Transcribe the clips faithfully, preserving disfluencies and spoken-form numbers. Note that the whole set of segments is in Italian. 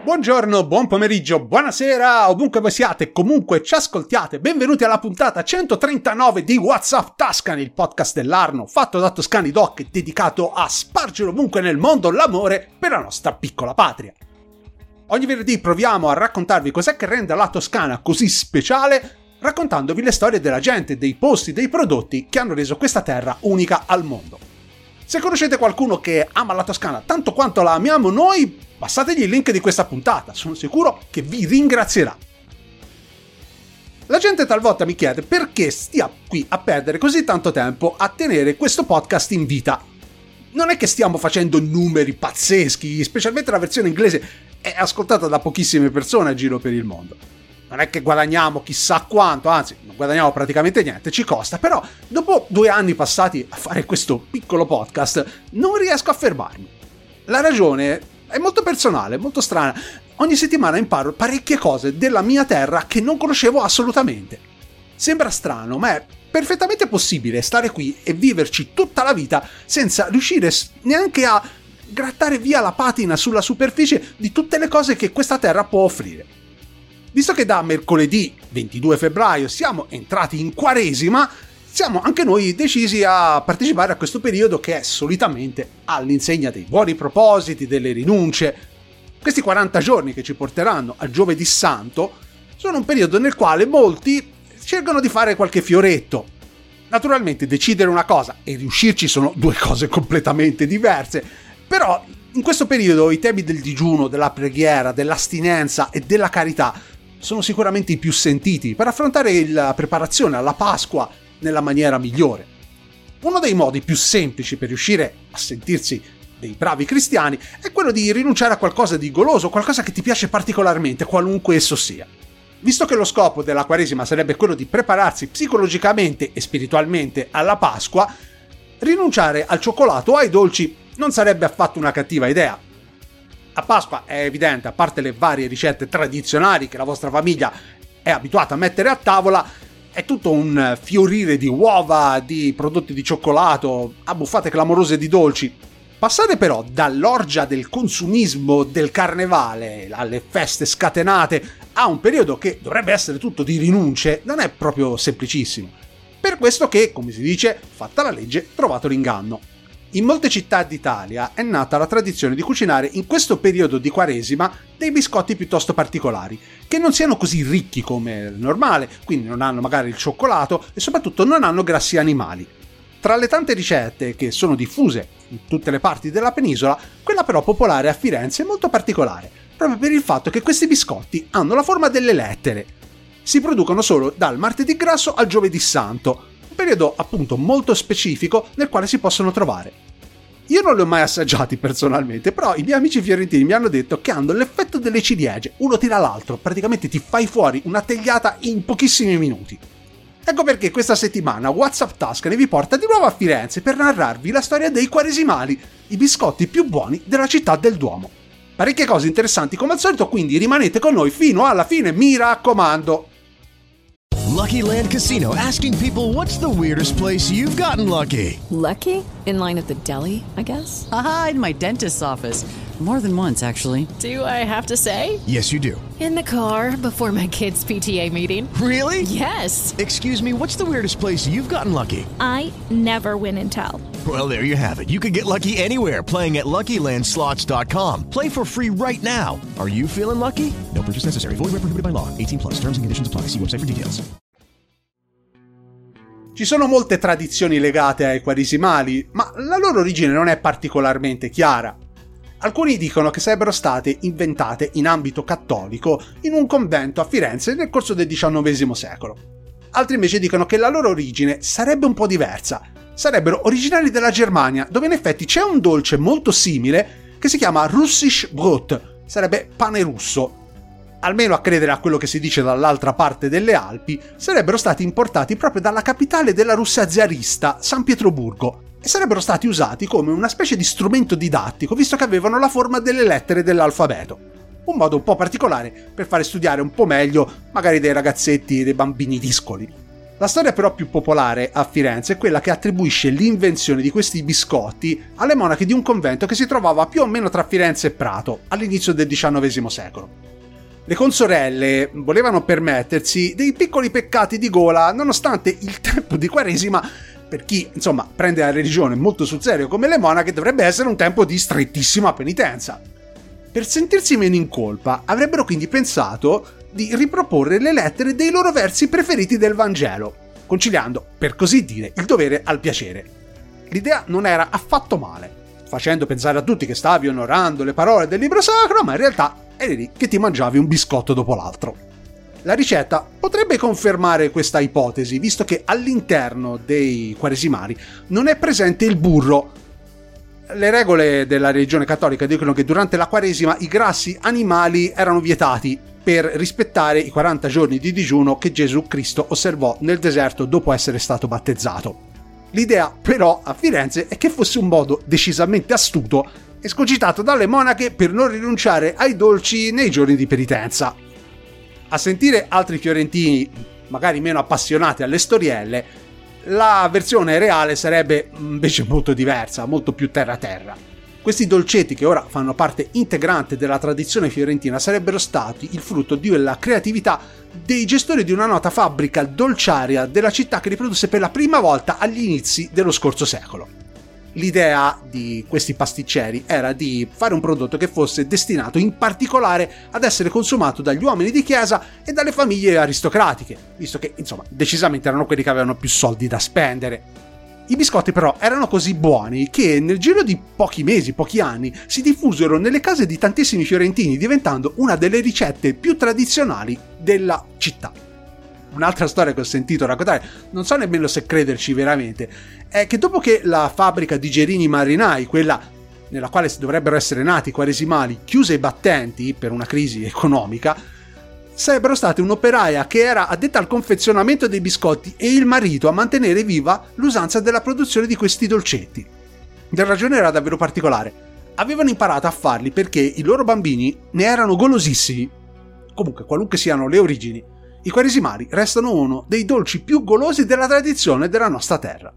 Buongiorno, buon pomeriggio, buonasera, ovunque voi siate, comunque ci ascoltiate, benvenuti alla puntata centotrentanove di What's Up Tuscany, il podcast dell'Arno, fatto da Toscani Doc, dedicato a spargere ovunque nel mondo l'amore per la nostra piccola patria. Ogni venerdì proviamo a raccontarvi cos'è che rende la Toscana così speciale, raccontandovi le storie della gente, dei posti, dei prodotti che hanno reso questa terra unica al mondo. Se conoscete qualcuno che ama la Toscana tanto quanto la amiamo noi, passategli il link di questa puntata, sono sicuro che vi ringrazierà. La gente talvolta mi chiede perché stia qui a perdere così tanto tempo a tenere questo podcast in vita. Non è che stiamo facendo numeri pazzeschi, specialmente la versione inglese è ascoltata da pochissime persone a giro per il mondo. Non è che guadagniamo chissà quanto, anzi, non guadagniamo praticamente niente, ci costa, però dopo due anni passati a fare questo piccolo podcast non riesco a fermarmi. La ragione è molto personale, molto strana. Ogni settimana imparo parecchie cose della mia terra che non conoscevo assolutamente. Sembra strano, ma è perfettamente possibile stare qui e viverci tutta la vita senza riuscire neanche a grattare via la patina sulla superficie di tutte le cose che questa terra può offrire. Visto che da mercoledì ventidue febbraio siamo entrati in Quaresima, siamo anche noi decisi a partecipare a questo periodo che è solitamente all'insegna dei buoni propositi, delle rinunce. Questi quaranta giorni che ci porteranno al Giovedì Santo sono un periodo nel quale molti cercano di fare qualche fioretto. Naturalmente decidere una cosa e riuscirci sono due cose completamente diverse, però in questo periodo i temi del digiuno, della preghiera, dell'astinenza e della carità sono sicuramente i più sentiti per affrontare la preparazione alla Pasqua nella maniera migliore. Uno dei modi più semplici per riuscire a sentirsi dei bravi cristiani è quello di rinunciare a qualcosa di goloso, qualcosa che ti piace particolarmente, qualunque esso sia. Visto che lo scopo della Quaresima sarebbe quello di prepararsi psicologicamente e spiritualmente alla Pasqua, rinunciare al cioccolato o ai dolci non sarebbe affatto una cattiva idea. A Pasqua è evidente, a parte le varie ricette tradizionali che la vostra famiglia è abituata a mettere a tavola, è tutto un fiorire di uova, di prodotti di cioccolato, abbuffate clamorose di dolci. Passare però dall'orgia del consumismo del carnevale, alle feste scatenate, a un periodo che dovrebbe essere tutto di rinunce, non è proprio semplicissimo. Per questo che, come si dice, fatta la legge, trovato l'inganno. In molte città d'Italia è nata la tradizione di cucinare in questo periodo di Quaresima dei biscotti piuttosto particolari, che non siano così ricchi come il normale, quindi non hanno magari il cioccolato e soprattutto non hanno grassi animali. Tra le tante ricette che sono diffuse in tutte le parti della penisola, quella però popolare a Firenze è molto particolare, proprio per il fatto che questi biscotti hanno la forma delle lettere. Si producono solo dal martedì grasso al giovedì santo, un periodo appunto molto specifico nel quale si possono trovare. Io non li ho mai assaggiati personalmente, però i miei amici fiorentini mi hanno detto che hanno l'effetto delle ciliegie, uno tira l'altro, praticamente ti fai fuori una tegliata in pochissimi minuti. Ecco perché questa settimana What's Up Tuscany vi porta di nuovo a Firenze per narrarvi la storia dei quaresimali, i biscotti più buoni della città del Duomo. Parecchie cose interessanti come al solito, quindi rimanete con noi fino alla fine, mi raccomando! Lucky Land Casino, asking people, what's the weirdest place you've gotten lucky? Lucky? In line at the deli, I guess? Aha, in my dentist's office. More than once, actually. Do I have to say? Yes, you do. In the car before my kids' P T A meeting. Really? Yes. Excuse me, what's the weirdest place you've gotten lucky? I never win and tell. Well, there you have it. You can get lucky anywhere, playing at Lucky Land Slots dot com. Play for free right now. Are you feeling lucky? No purchase necessary. Void where prohibited by law. eighteen plus. Terms and conditions apply. See website for details. Ci sono molte tradizioni legate ai quaresimali, ma la loro origine non è particolarmente chiara. Alcuni dicono che sarebbero state inventate in ambito cattolico in un convento a Firenze nel corso del diciannovesimo secolo. Altri invece dicono che la loro origine sarebbe un po' diversa. Sarebbero originari della Germania, dove in effetti c'è un dolce molto simile che si chiama Russisch Brot, sarebbe pane russo. Almeno a credere a quello che si dice dall'altra parte delle Alpi, sarebbero stati importati proprio dalla capitale della Russia zarista, San Pietroburgo, e sarebbero stati usati come una specie di strumento didattico, visto che avevano la forma delle lettere dell'alfabeto. Un modo un po' particolare per fare studiare un po' meglio magari dei ragazzetti e dei bambini discoli. La storia però più popolare a Firenze è quella che attribuisce l'invenzione di questi biscotti alle monache di un convento che si trovava più o meno tra Firenze e Prato, all'inizio del diciannovesimo secolo. Le consorelle volevano permettersi dei piccoli peccati di gola nonostante il tempo di Quaresima, per chi insomma prende la religione molto sul serio come le monache, dovrebbe essere un tempo di strettissima penitenza. Per sentirsi meno in colpa avrebbero quindi pensato di riproporre le lettere dei loro versi preferiti del Vangelo, conciliando, per così dire, il dovere al piacere. L'idea non era affatto male, facendo pensare a tutti che stavi onorando le parole del libro sacro, ma in realtà eri lì che ti mangiavi un biscotto dopo l'altro. La ricetta potrebbe confermare questa ipotesi, visto che all'interno dei quaresimari non è presente il burro. Le regole della religione cattolica dicono che durante la Quaresima i grassi animali erano vietati per rispettare i quaranta giorni di digiuno che Gesù Cristo osservò nel deserto dopo essere stato battezzato. L'idea però a Firenze è che fosse un modo decisamente astuto escogitato dalle monache per non rinunciare ai dolci nei giorni di penitenza. A sentire altri fiorentini, magari meno appassionati alle storielle, la versione reale sarebbe invece molto diversa, molto più terra-terra. Questi dolcetti, che ora fanno parte integrante della tradizione fiorentina, sarebbero stati il frutto della creatività dei gestori di una nota fabbrica dolciaria della città che riprodusse per la prima volta agli inizi dello scorso secolo. L'idea di questi pasticceri era di fare un prodotto che fosse destinato in particolare ad essere consumato dagli uomini di chiesa e dalle famiglie aristocratiche, visto che, insomma, decisamente erano quelli che avevano più soldi da spendere. I biscotti però erano così buoni che nel giro di pochi mesi, pochi anni, si diffusero nelle case di tantissimi fiorentini, diventando una delle ricette più tradizionali della città. Un'altra storia che ho sentito raccontare, non so nemmeno se crederci veramente, è che dopo che la fabbrica di Gerini Marinai, quella nella quale dovrebbero essere nati i quaresimali, chiuse i battenti per una crisi economica, sarebbero state un'operaia che era addetta al confezionamento dei biscotti e il marito a mantenere viva l'usanza della produzione di questi dolcetti. La ragione era davvero particolare. Avevano imparato a farli perché i loro bambini ne erano golosissimi. Comunque, qualunque siano le origini, i quaresimali restano uno dei dolci più golosi della tradizione della nostra terra.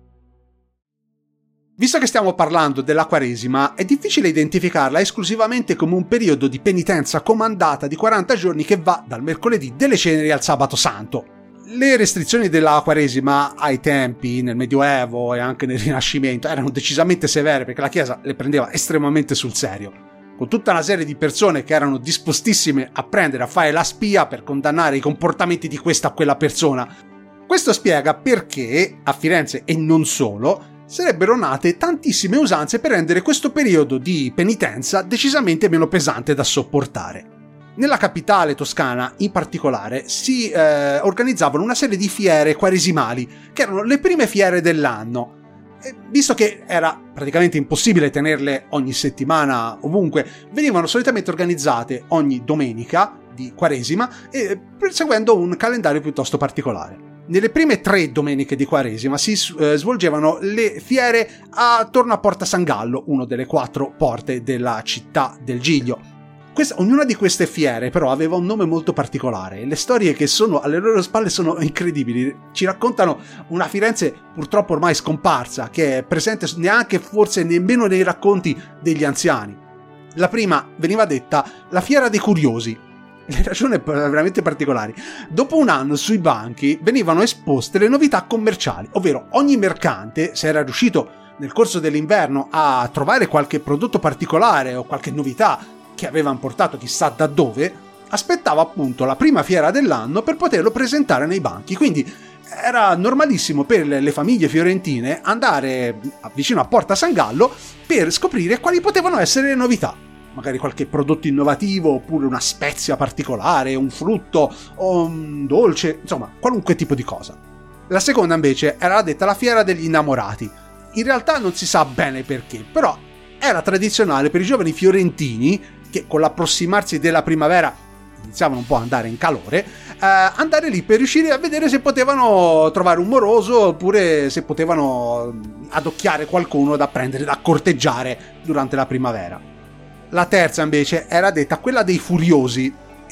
Visto che stiamo parlando della Quaresima, è difficile identificarla esclusivamente come un periodo di penitenza comandata di quaranta giorni che va dal mercoledì delle ceneri al sabato santo. Le restrizioni della Quaresima ai tempi, nel Medioevo e anche nel Rinascimento, erano decisamente severe perché la Chiesa le prendeva estremamente sul serio, con tutta una serie di persone che erano dispostissime a prendere a fare la spia per condannare i comportamenti di questa o quella persona. Questo spiega perché a Firenze e non solo sarebbero nate tantissime usanze per rendere questo periodo di penitenza decisamente meno pesante da sopportare. Nella capitale toscana, in particolare, si eh, organizzavano una serie di fiere quaresimali, che erano le prime fiere dell'anno. E visto che era praticamente impossibile tenerle ogni settimana ovunque, venivano solitamente organizzate ogni domenica di Quaresima e seguendo un calendario piuttosto particolare. Nelle prime tre domeniche di Quaresima si eh, svolgevano le fiere attorno a Porta San Gallo, una delle quattro porte della città del Giglio. Questa, ognuna di queste fiere però aveva un nome molto particolare e le storie che sono alle loro spalle sono incredibili. Ci raccontano una Firenze purtroppo ormai scomparsa, che è presente neanche forse nemmeno nei racconti degli anziani. La prima veniva detta la Fiera dei Curiosi. Le ragioni veramente particolari. Dopo un anno sui banchi venivano esposte le novità commerciali, ovvero ogni mercante, se era riuscito nel corso dell'inverno a trovare qualche prodotto particolare o qualche novità che avevano portato chissà da dove, aspettava appunto la prima fiera dell'anno per poterlo presentare nei banchi. Quindi era normalissimo per le famiglie fiorentine andare vicino a Porta San Gallo per scoprire quali potevano essere le novità. Magari qualche prodotto innovativo, oppure una spezia particolare, un frutto o un dolce, insomma, qualunque tipo di cosa. La seconda invece era detta la Fiera degli Innamorati. In realtà non si sa bene perché, però era tradizionale per i giovani fiorentini, che con l'approssimarsi della primavera iniziavano un po' a andare in calore, eh, andare lì per riuscire a vedere se potevano trovare un moroso, oppure se potevano adocchiare qualcuno da prendere, da corteggiare durante la primavera. La terza invece era detta quella dei Furiosi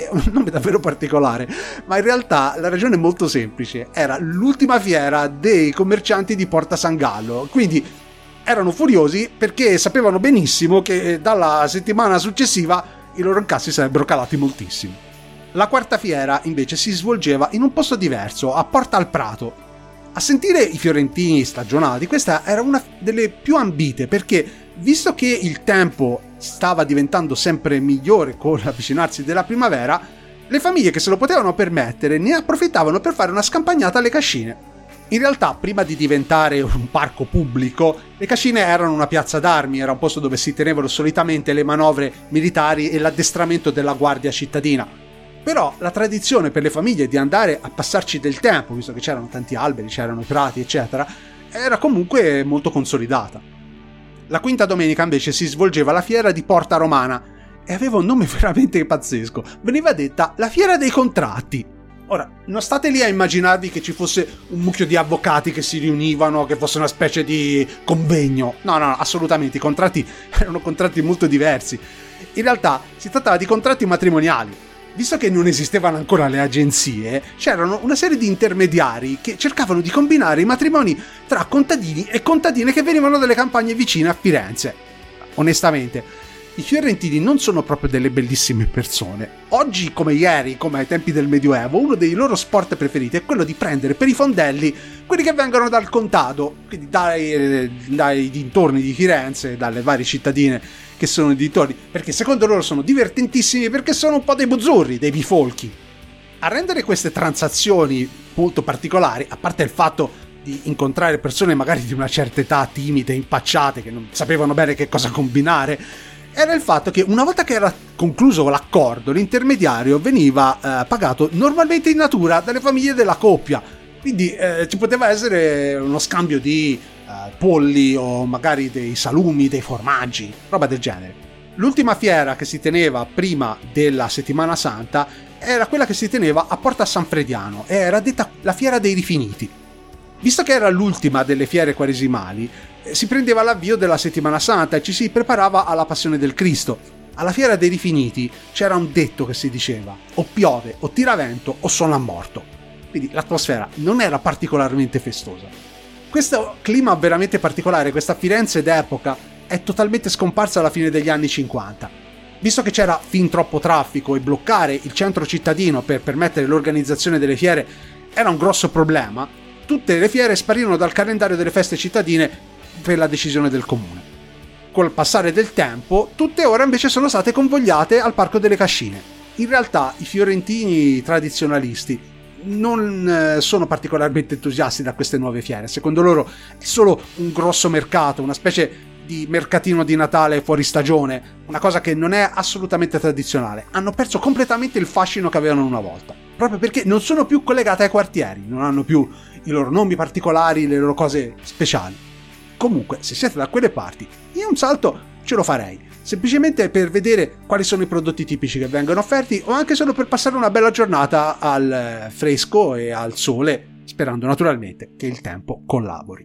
è un nome davvero particolare, ma in realtà la ragione è molto semplice: era l'ultima fiera dei commercianti di Porta San Gallo, quindi erano furiosi perché sapevano benissimo che dalla settimana successiva i loro incassi sarebbero calati moltissimo. La quarta fiera invece si svolgeva in un posto diverso, a Porta al Prato. A sentire i fiorentini stagionati, questa era una delle più ambite, perché visto che il tempo stava diventando sempre migliore con l'avvicinarsi della primavera, le famiglie che se lo potevano permettere ne approfittavano per fare una scampagnata alle cascine. In realtà, prima di diventare un parco pubblico, le cascine erano una piazza d'armi, era un posto dove si tenevano solitamente le manovre militari e l'addestramento della guardia cittadina. Però la tradizione per le famiglie di andare a passarci del tempo, visto che c'erano tanti alberi, c'erano i prati, eccetera, era comunque molto consolidata. La quinta domenica invece si svolgeva la fiera di Porta Romana e aveva un nome veramente pazzesco. Veniva detta la fiera dei contratti. Ora, non state lì a immaginarvi che ci fosse un mucchio di avvocati che si riunivano, che fosse una specie di convegno. No, no, assolutamente, i contratti erano contratti molto diversi. In realtà si trattava di contratti matrimoniali. Visto che non esistevano ancora le agenzie, c'erano una serie di intermediari che cercavano di combinare i matrimoni tra contadini e contadine che venivano dalle campagne vicine a Firenze. Onestamente, i fiorentini non sono proprio delle bellissime persone. Oggi, come ieri, come ai tempi del Medioevo, uno dei loro sport preferiti è quello di prendere per i fondelli quelli che vengono dal contado, quindi dai, dai dintorni di Firenze, dalle varie cittadine che sono i dintorni, perché secondo loro sono divertentissimi, perché sono un po' dei buzzurri, dei bifolchi. A rendere queste transazioni molto particolari, a parte il fatto di incontrare persone magari di una certa età, timide, impacciate, che non sapevano bene che cosa combinare, era il fatto che una volta che era concluso l'accordo, l'intermediario veniva eh, pagato normalmente in natura dalle famiglie della coppia. Quindi eh, ci poteva essere uno scambio di eh, polli o magari dei salumi, dei formaggi, roba del genere. L'ultima fiera che si teneva prima della Settimana Santa era quella che si teneva a Porta San Frediano e era detta la Fiera dei Rifiniti. Visto che era l'ultima delle fiere quaresimali, si prendeva l'avvio della Settimana Santa e ci si preparava alla Passione del Cristo. Alla Fiera dei Rifiniti c'era un detto che si diceva: o piove, o tira vento, o sono a morto. Quindi l'atmosfera non era particolarmente festosa. Questo clima veramente particolare, questa Firenze d'epoca, è totalmente scomparsa alla fine degli anni cinquanta. Visto che c'era fin troppo traffico e bloccare il centro cittadino per permettere l'organizzazione delle fiere era un grosso problema, tutte le fiere sparirono dal calendario delle feste cittadine per la decisione del comune. Col passare del tempo, tutte ora invece sono state convogliate al Parco delle Cascine. In realtà i fiorentini tradizionalisti non sono particolarmente entusiasti da queste nuove fiere. Secondo loro è solo un grosso mercato, una specie di mercatino di Natale fuori stagione, una cosa che non è assolutamente tradizionale. Hanno perso completamente il fascino che avevano una volta, proprio perché non sono più collegate ai quartieri, non hanno più i loro nomi particolari, le loro cose speciali. Comunque, se siete da quelle parti, io un salto ce lo farei, semplicemente per vedere quali sono i prodotti tipici che vengono offerti o anche solo per passare una bella giornata al fresco e al sole, sperando naturalmente che il tempo collabori.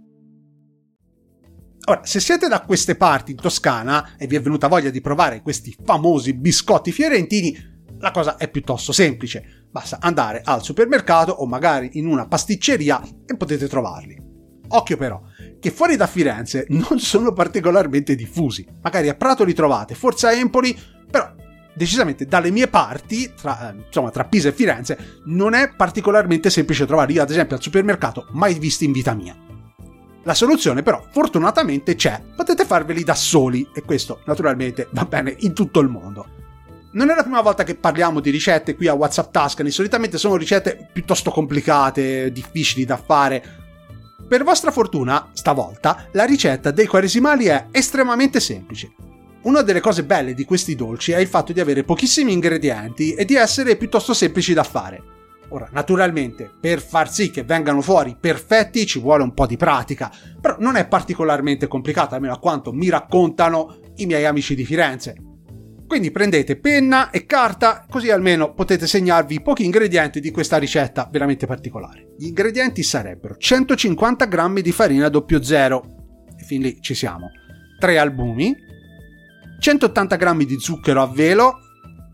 Ora, se siete da queste parti in Toscana e vi è venuta voglia di provare questi famosi biscotti fiorentini, la cosa è piuttosto semplice. Basta andare al supermercato o magari in una pasticceria e potete trovarli. Occhio però, che fuori da Firenze non sono particolarmente diffusi. Magari a Prato li trovate, forse a Empoli, però decisamente dalle mie parti, tra, insomma tra Pisa e Firenze, non è particolarmente semplice trovarli. Io ad esempio al supermercato mai visti in vita mia. La soluzione però fortunatamente c'è, potete farveli da soli e questo naturalmente va bene in tutto il mondo. Non è la prima volta che parliamo di ricette qui a WhatsApp Tuscany, solitamente sono ricette piuttosto complicate, difficili da fare. Per vostra fortuna, stavolta, la ricetta dei quaresimali è estremamente semplice. Una delle cose belle di questi dolci è il fatto di avere pochissimi ingredienti e di essere piuttosto semplici da fare. Ora, naturalmente, per far sì che vengano fuori perfetti ci vuole un po' di pratica, però non è particolarmente complicato, almeno a quanto mi raccontano i miei amici di Firenze. Quindi prendete penna e carta, così almeno potete segnarvi i pochi ingredienti di questa ricetta veramente particolare. Gli ingredienti sarebbero centocinquanta grammi di farina zero zero, e fin lì ci siamo, tre albumi, centottanta grammi di zucchero a velo,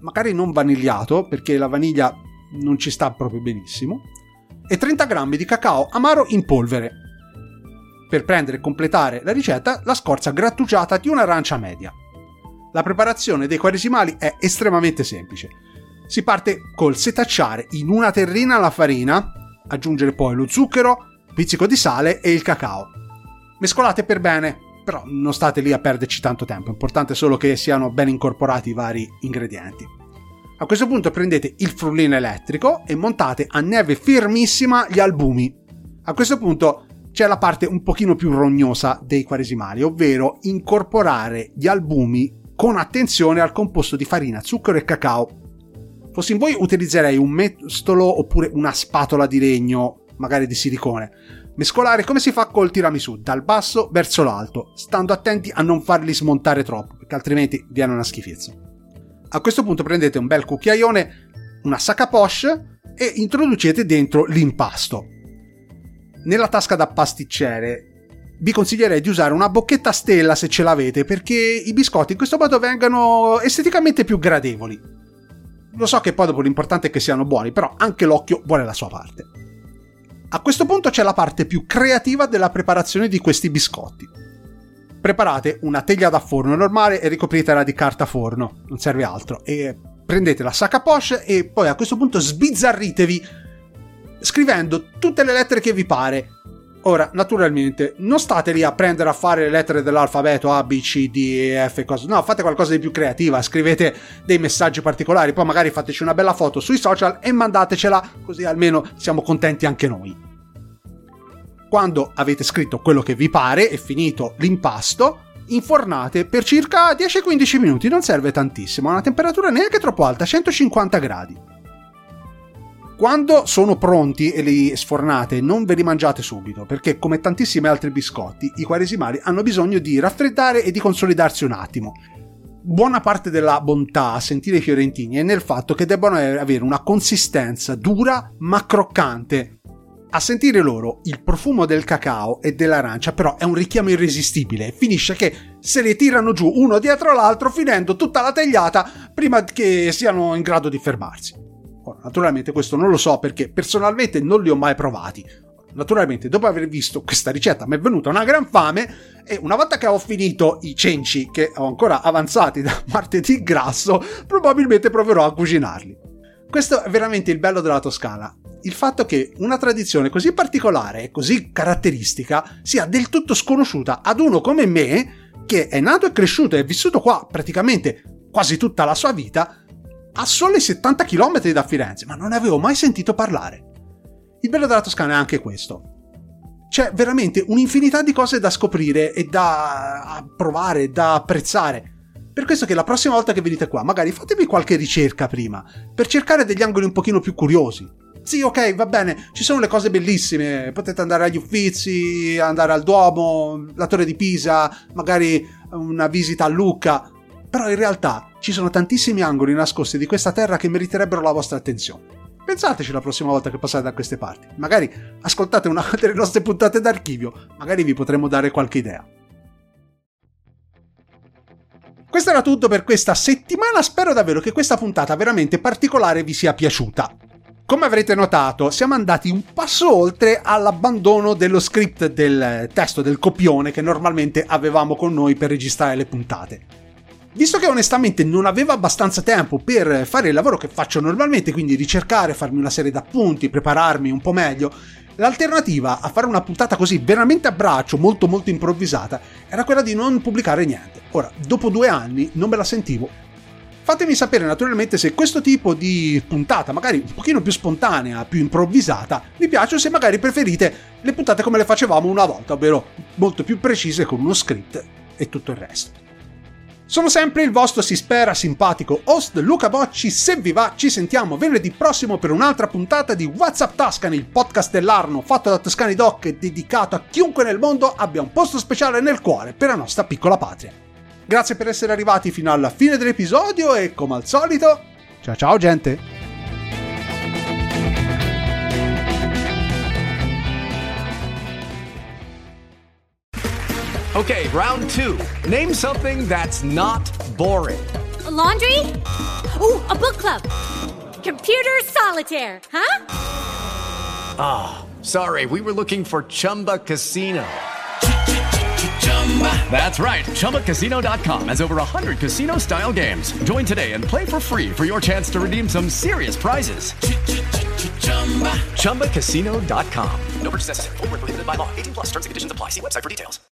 magari non vanigliato, perché la vaniglia non ci sta proprio benissimo, e trenta grammi di cacao amaro in polvere. Per prendere e completare la ricetta, la scorza grattugiata di un'arancia media. La preparazione dei quaresimali è estremamente semplice. Si parte col setacciare in una terrina la farina, aggiungere poi lo zucchero, pizzico di sale e il cacao. Mescolate per bene, però non state lì a perderci tanto tempo, è importante solo che siano ben incorporati i vari ingredienti. A questo punto prendete il frullino elettrico e montate a neve fermissima gli albumi. A questo punto c'è la parte un pochino più rognosa dei quaresimali, ovvero incorporare gli albumi con attenzione al composto di farina, zucchero e cacao. Fossi in voi utilizzerei un mestolo oppure una spatola di legno, magari di silicone. Mescolare come si fa col tiramisù, dal basso verso l'alto, stando attenti a non farli smontare troppo, perché altrimenti viene una schifezza. A questo punto prendete un bel cucchiaione, una sac à poche e introducete dentro l'impasto. Nella tasca da pasticcere vi consiglierei di usare una bocchetta a stella se ce l'avete, perché i biscotti in questo modo vengano esteticamente più gradevoli. Lo so che poi dopo l'importante è che siano buoni, però anche l'occhio vuole la sua parte. A questo punto c'è la parte più creativa della preparazione di questi biscotti. Preparate una teglia da forno normale e ricopritela di carta forno, non serve altro, e prendete la sac à poche e poi a questo punto sbizzarritevi scrivendo tutte le lettere che vi pare. Ora, naturalmente, non state lì a prendere a fare le lettere dell'alfabeto A, B, C, D, E, F, cose. No, fate qualcosa di più creativa, scrivete dei messaggi particolari, poi magari fateci una bella foto sui social e mandatecela, così almeno siamo contenti anche noi. Quando avete scritto quello che vi pare e finito l'impasto, infornate per circa dieci quindici minuti, non serve tantissimo, a una temperatura neanche troppo alta, centocinquanta gradi. Quando sono pronti e li sfornate, non ve li mangiate subito, perché come tantissimi altri biscotti, i quaresimali hanno bisogno di raffreddare e di consolidarsi un attimo. Buona parte della bontà a sentire i fiorentini è nel fatto che debbano avere una consistenza dura ma croccante. A sentire loro il profumo del cacao e dell'arancia però è un richiamo irresistibile e finisce che se li tirano giù uno dietro l'altro, finendo tutta la tagliata prima che siano in grado di fermarsi. Ora, naturalmente questo non lo so perché personalmente non li ho mai provati. Naturalmente dopo aver visto questa ricetta mi è venuta una gran fame e una volta che ho finito i cenci che ho ancora avanzati da martedì grasso, probabilmente proverò a cucinarli. Questo è veramente il bello della Toscana, il fatto che una tradizione così particolare e così caratteristica sia del tutto sconosciuta ad uno come me che è nato e cresciuto e è vissuto qua praticamente quasi tutta la sua vita a soli settanta chilometri da Firenze, ma non ne avevo mai sentito parlare. Il bello della Toscana è anche questo. C'è veramente un'infinità di cose da scoprire e da provare, da apprezzare. Per questo che la prossima volta che venite qua, magari fatevi qualche ricerca prima, per cercare degli angoli un pochino più curiosi. Sì, ok, va bene, ci sono le cose bellissime, potete andare agli Uffizi, andare al Duomo, la Torre di Pisa, magari una visita a Lucca, però in realtà ci sono tantissimi angoli nascosti di questa terra che meriterebbero la vostra attenzione. Pensateci la prossima volta che passate da queste parti. Magari ascoltate una delle nostre puntate d'archivio, magari vi potremo dare qualche idea. Questo era tutto per questa settimana, spero davvero che questa puntata veramente particolare vi sia piaciuta. Come avrete notato, siamo andati un passo oltre all'abbandono dello script del testo, del copione che normalmente avevamo con noi per registrare le puntate. Visto che onestamente non avevo abbastanza tempo per fare il lavoro che faccio normalmente, quindi ricercare, farmi una serie d'appunti, prepararmi un po' meglio, l'alternativa a fare una puntata così veramente a braccio, molto molto improvvisata, era quella di non pubblicare niente. Ora, dopo due anni non me la sentivo. Fatemi sapere naturalmente se questo tipo di puntata, magari un pochino più spontanea, più improvvisata, vi piace o se magari preferite le puntate come le facevamo una volta, ovvero molto più precise con uno script e tutto il resto. Sono sempre il vostro, si spera, simpatico host Luca Bocci. Se vi va, ci sentiamo venerdì prossimo per un'altra puntata di WhatsApp Tuscany, il podcast dell'Arno fatto da Toscani Doc e dedicato a chiunque nel mondo abbia un posto speciale nel cuore per la nostra piccola patria. Grazie per essere arrivati fino alla fine dell'episodio e, come al solito, ciao ciao gente! Okay, round two. Name something that's not boring. laundry? Ooh, a book club. Computer solitaire, huh? Ah, oh, sorry, we were looking for Chumba Casino. That's right, Chumba Casino dot com has over one hundred casino-style games. Join today and play for free for your chance to redeem some serious prizes. Chumba Casino dot com. No purchase necessary. Void where prohibited by law. eighteen plus terms and conditions apply. See website for details.